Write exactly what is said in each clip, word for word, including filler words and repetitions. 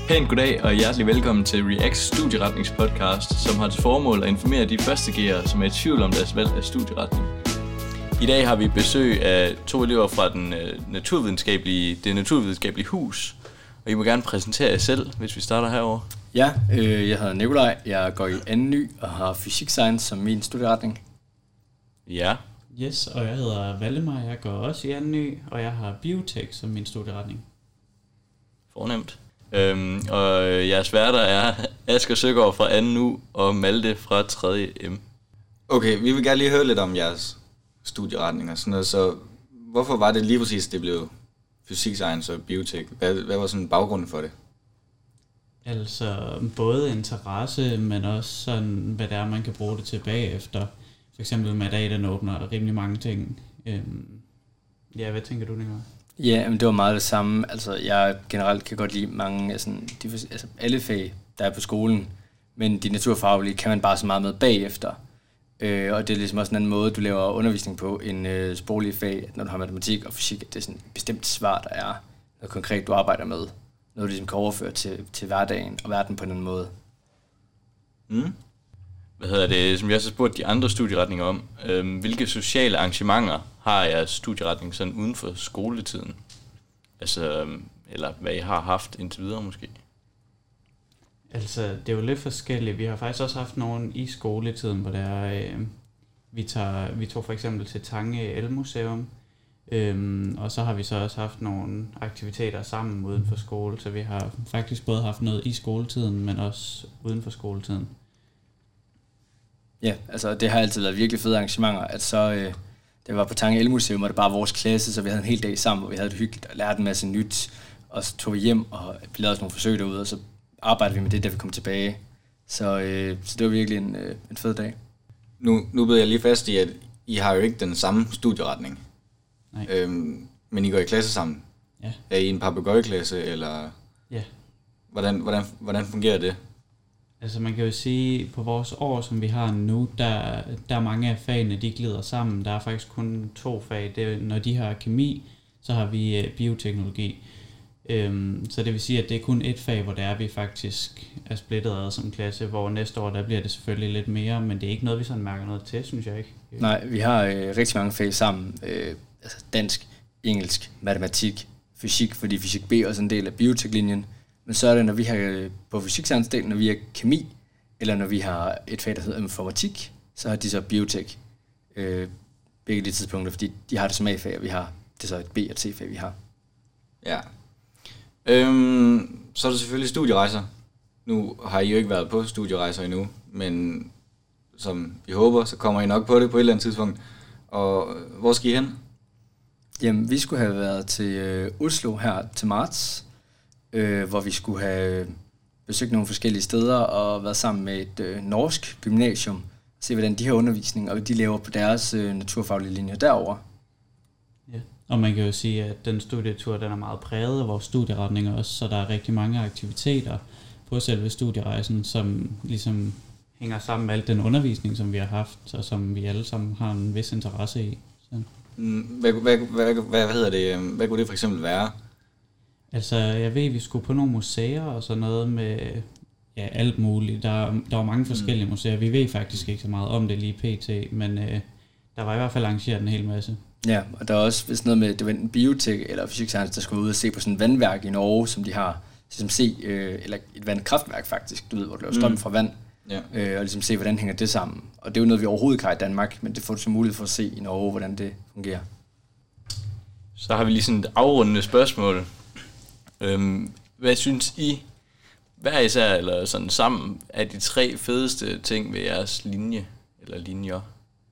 Pænt goddag og hjertelig velkommen til Reacts studieretningspodcast, som har til formål at informere de første G'ere, som er i tvivl om deres valg af studieretning. I dag har vi besøg af to elever fra den, uh, naturvidenskabelige, det naturvidenskabelige hus, og I må gerne præsentere jer selv, hvis vi starter herover. Ja, øh, jeg hedder Nikolaj, jeg går i anden ny og har fysik science som min studieretning. Ja. Yes, og jeg hedder Valdemar, jeg går også i anden ny, og jeg har biotech som min studieretning. Fornemt. Øhm, og jeres værter er Asger Søgaard fra anden U og Malte fra tredje M. Okay, vi vil gerne lige høre lidt om jeres studieretning og sådan noget, så hvorfor var det lige præcis, det blev fysik, science og biotech? Hvad, hvad var sådan baggrunden for det? Altså både interesse, men også sådan, hvad det er, man kan bruge det til bagefter. For eksempel med dag, den åbner rimelig mange ting. Øhm, ja, hvad tænker du, Nikolaj? Ja, men det var meget det samme. Altså, jeg generelt kan godt lide mange, altså, de, altså alle fag, der er på skolen, men de naturfaglige kan man bare så meget med bagefter. Øh, og det er ligesom også en anden måde, du laver undervisning på en øh, sproglige fag, at når du har matematik og fysik, det er sådan et bestemt svar, der er noget konkret, du arbejder med. Noget, du ligesom kan overføre til, til hverdagen og verden på en anden måde. Mm. Hvad hedder det, som jeg så spurgte de andre studieretninger om, øhm, hvilke sociale arrangementer har jeres studieretning sådan uden for skoletiden? Altså, øhm, eller hvad I har haft indtil videre måske? Altså, det er jo lidt forskelligt. Vi har faktisk også haft nogen i skoletiden, hvor der er, øh, vi, tager, vi tog for eksempel til Tange Elmuseum, øhm, og så har vi så også haft nogle aktiviteter sammen uden for skole, så vi har faktisk både haft noget i skoletiden, men også uden for skoletiden. Ja, altså det har altid været virkelig fede arrangementer, at så, øh, det var på Tange Elmuseum, og det bare vores klasse, så vi havde en hel dag sammen, hvor vi havde det hyggeligt og lærte en masse nyt, og så tog vi hjem, og vi lavede også nogle forsøg derude, og så arbejdede vi med det, da vi kom tilbage. Så, øh, så det var virkelig en, øh, en fed dag. Nu, nu beder jeg lige fast i, at I har jo ikke den samme studieretning. Nej. Øhm, men I går i klasse sammen. Ja. Er I en papegøjeklasse, eller Ja. hvordan, hvordan, hvordan fungerer det? Altså man kan jo sige, på vores år, som vi har nu, der, der er mange af fagene, de glider sammen. Der er faktisk kun to fag. Det, når de har kemi, så har vi uh, bioteknologi. Øhm, så det vil sige, at det er kun et fag, hvor der er vi faktisk er splittet ad som klasse, hvor næste år, der bliver det selvfølgelig lidt mere, men det er ikke noget, vi sådan mærker noget til, synes jeg ikke. Nej, vi har øh, rigtig mange fag sammen. Øh, altså dansk, engelsk, matematik, fysik, fordi fysik B er også en del af bioteklinjen. Men så er det, når vi har øh, på fysikscience-delen, når vi har kemi, eller når vi har et fag, der hedder informatik, så har de så biotek. Øh, begge de tidspunkter, fordi de har det som A-fag, og vi har det er så et B- og C-fag, vi har. Ja. Øhm, så er der selvfølgelig studierejser. Nu har I jo ikke været på studierejser endnu, men som vi håber, så kommer I nok på det på et eller andet tidspunkt. Og hvor skal I hen? Jamen, vi skulle have været til øh, Oslo her til marts, øh, hvor vi skulle have besøgt nogle forskellige steder og været sammen med et øh, norsk gymnasium, se hvordan de har undervisning, og de laver på deres øh, naturfaglige linjer derovre. Ja. Og man kan jo sige, at den studietur, den er meget præget af vores studieretninger også, så der er rigtig mange aktiviteter på selve studierejsen, som ligesom hænger sammen med al den undervisning, som vi har haft, og som vi alle sammen har en vis interesse i. Så. Hvad, hvad, hvad, hvad, hvad hedder det? Hvad kunne det for eksempel være? Altså, jeg ved, vi skulle på nogle museer og sådan noget med ja, alt muligt. Der, der var mange forskellige mm. museer. Vi ved faktisk ikke så meget om det lige pt, men øh, der var i hvert fald arrangeret en hel masse. Ja, og der er også vist noget med, det var en biotek eller fysikscience, der skulle ud og se på sådan et vandværk i Norge, som de har, som se, øh, eller et vandkraftværk faktisk, du ved, hvor du laver strøm mm. fra vand, ja. øh, og ligesom se, hvordan hænger det sammen. Og det er jo noget, vi overhovedet ikke har i Danmark, men det får du så mulighed for at se i Norge, hvordan det fungerer. Så har vi lige sådan et afrundende spørgsmål. Øhm, hvad synes I, hver især eller sådan sammen, er de tre fedeste ting ved jeres linje eller linjer?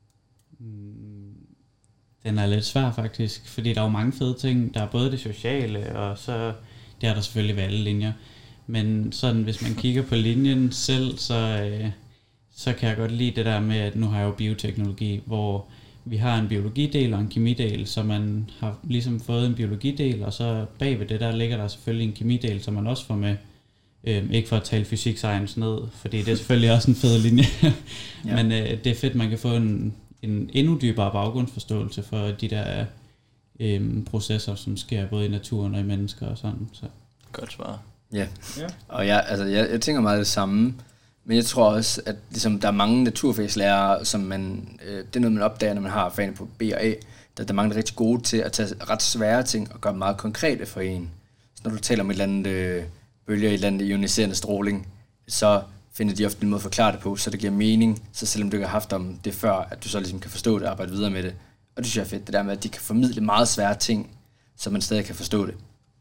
Den er lidt svær faktisk, fordi der er jo mange fede ting. Der er både det sociale, og så det er der selvfølgelig ved alle linjer. Men sådan, hvis man kigger på linjen selv, så, øh, så kan jeg godt lide det der med, at nu har jeg jo bioteknologi, hvor vi har en biologidel og en kemidel, så man har ligesom fået en biologidel, og så bagved det der ligger der selvfølgelig en kemidel, som man også får med. Øhm, ikke for at tale fysik science ned, fordi det er selvfølgelig også en fed linje. Ja. Men øh, det er fedt, man kan få en, en endnu dybere baggrundsforståelse for de der øhm, processer, som sker både i naturen og i mennesker og sådan. Så. Godt svar. Ja, ja. og jeg, altså, jeg, jeg tænker meget det samme, men jeg tror også, at ligesom, der er mange naturfagslærere, som man, øh, det er noget, man opdager, når man har fagene på B og A, der, der er mange, der er rigtig gode til at tage ret svære ting og gøre dem meget konkrete for en. Så når du taler om et eller andet øh, bølger, et eller andet ioniserende stråling, så finder de ofte en måde at forklare det på, så det giver mening, så selvom du ikke har haft om det før, at du så ligesom kan forstå det og arbejde videre med det. Og det synes jeg er fedt, det der med, at de kan formidle meget svære ting, så man stadig kan forstå det.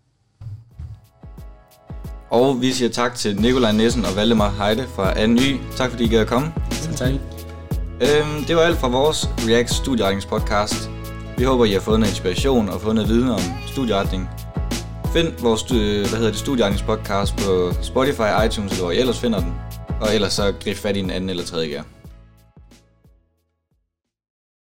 Og vi siger tak til Nikolaj Nissen og Valdemar Heide fra anden Y. Tak fordi I gad at komme. Så tak. Øhm, det var alt fra vores React studieretningspodcast. Vi håber, I har fået noget inspiration og fået noget viden om studieretning. Find vores hvad hedder det, studieretningspodcast på Spotify, iTunes eller hvor I ellers finder den. Og ellers så grib fat i en anden eller tredje gear.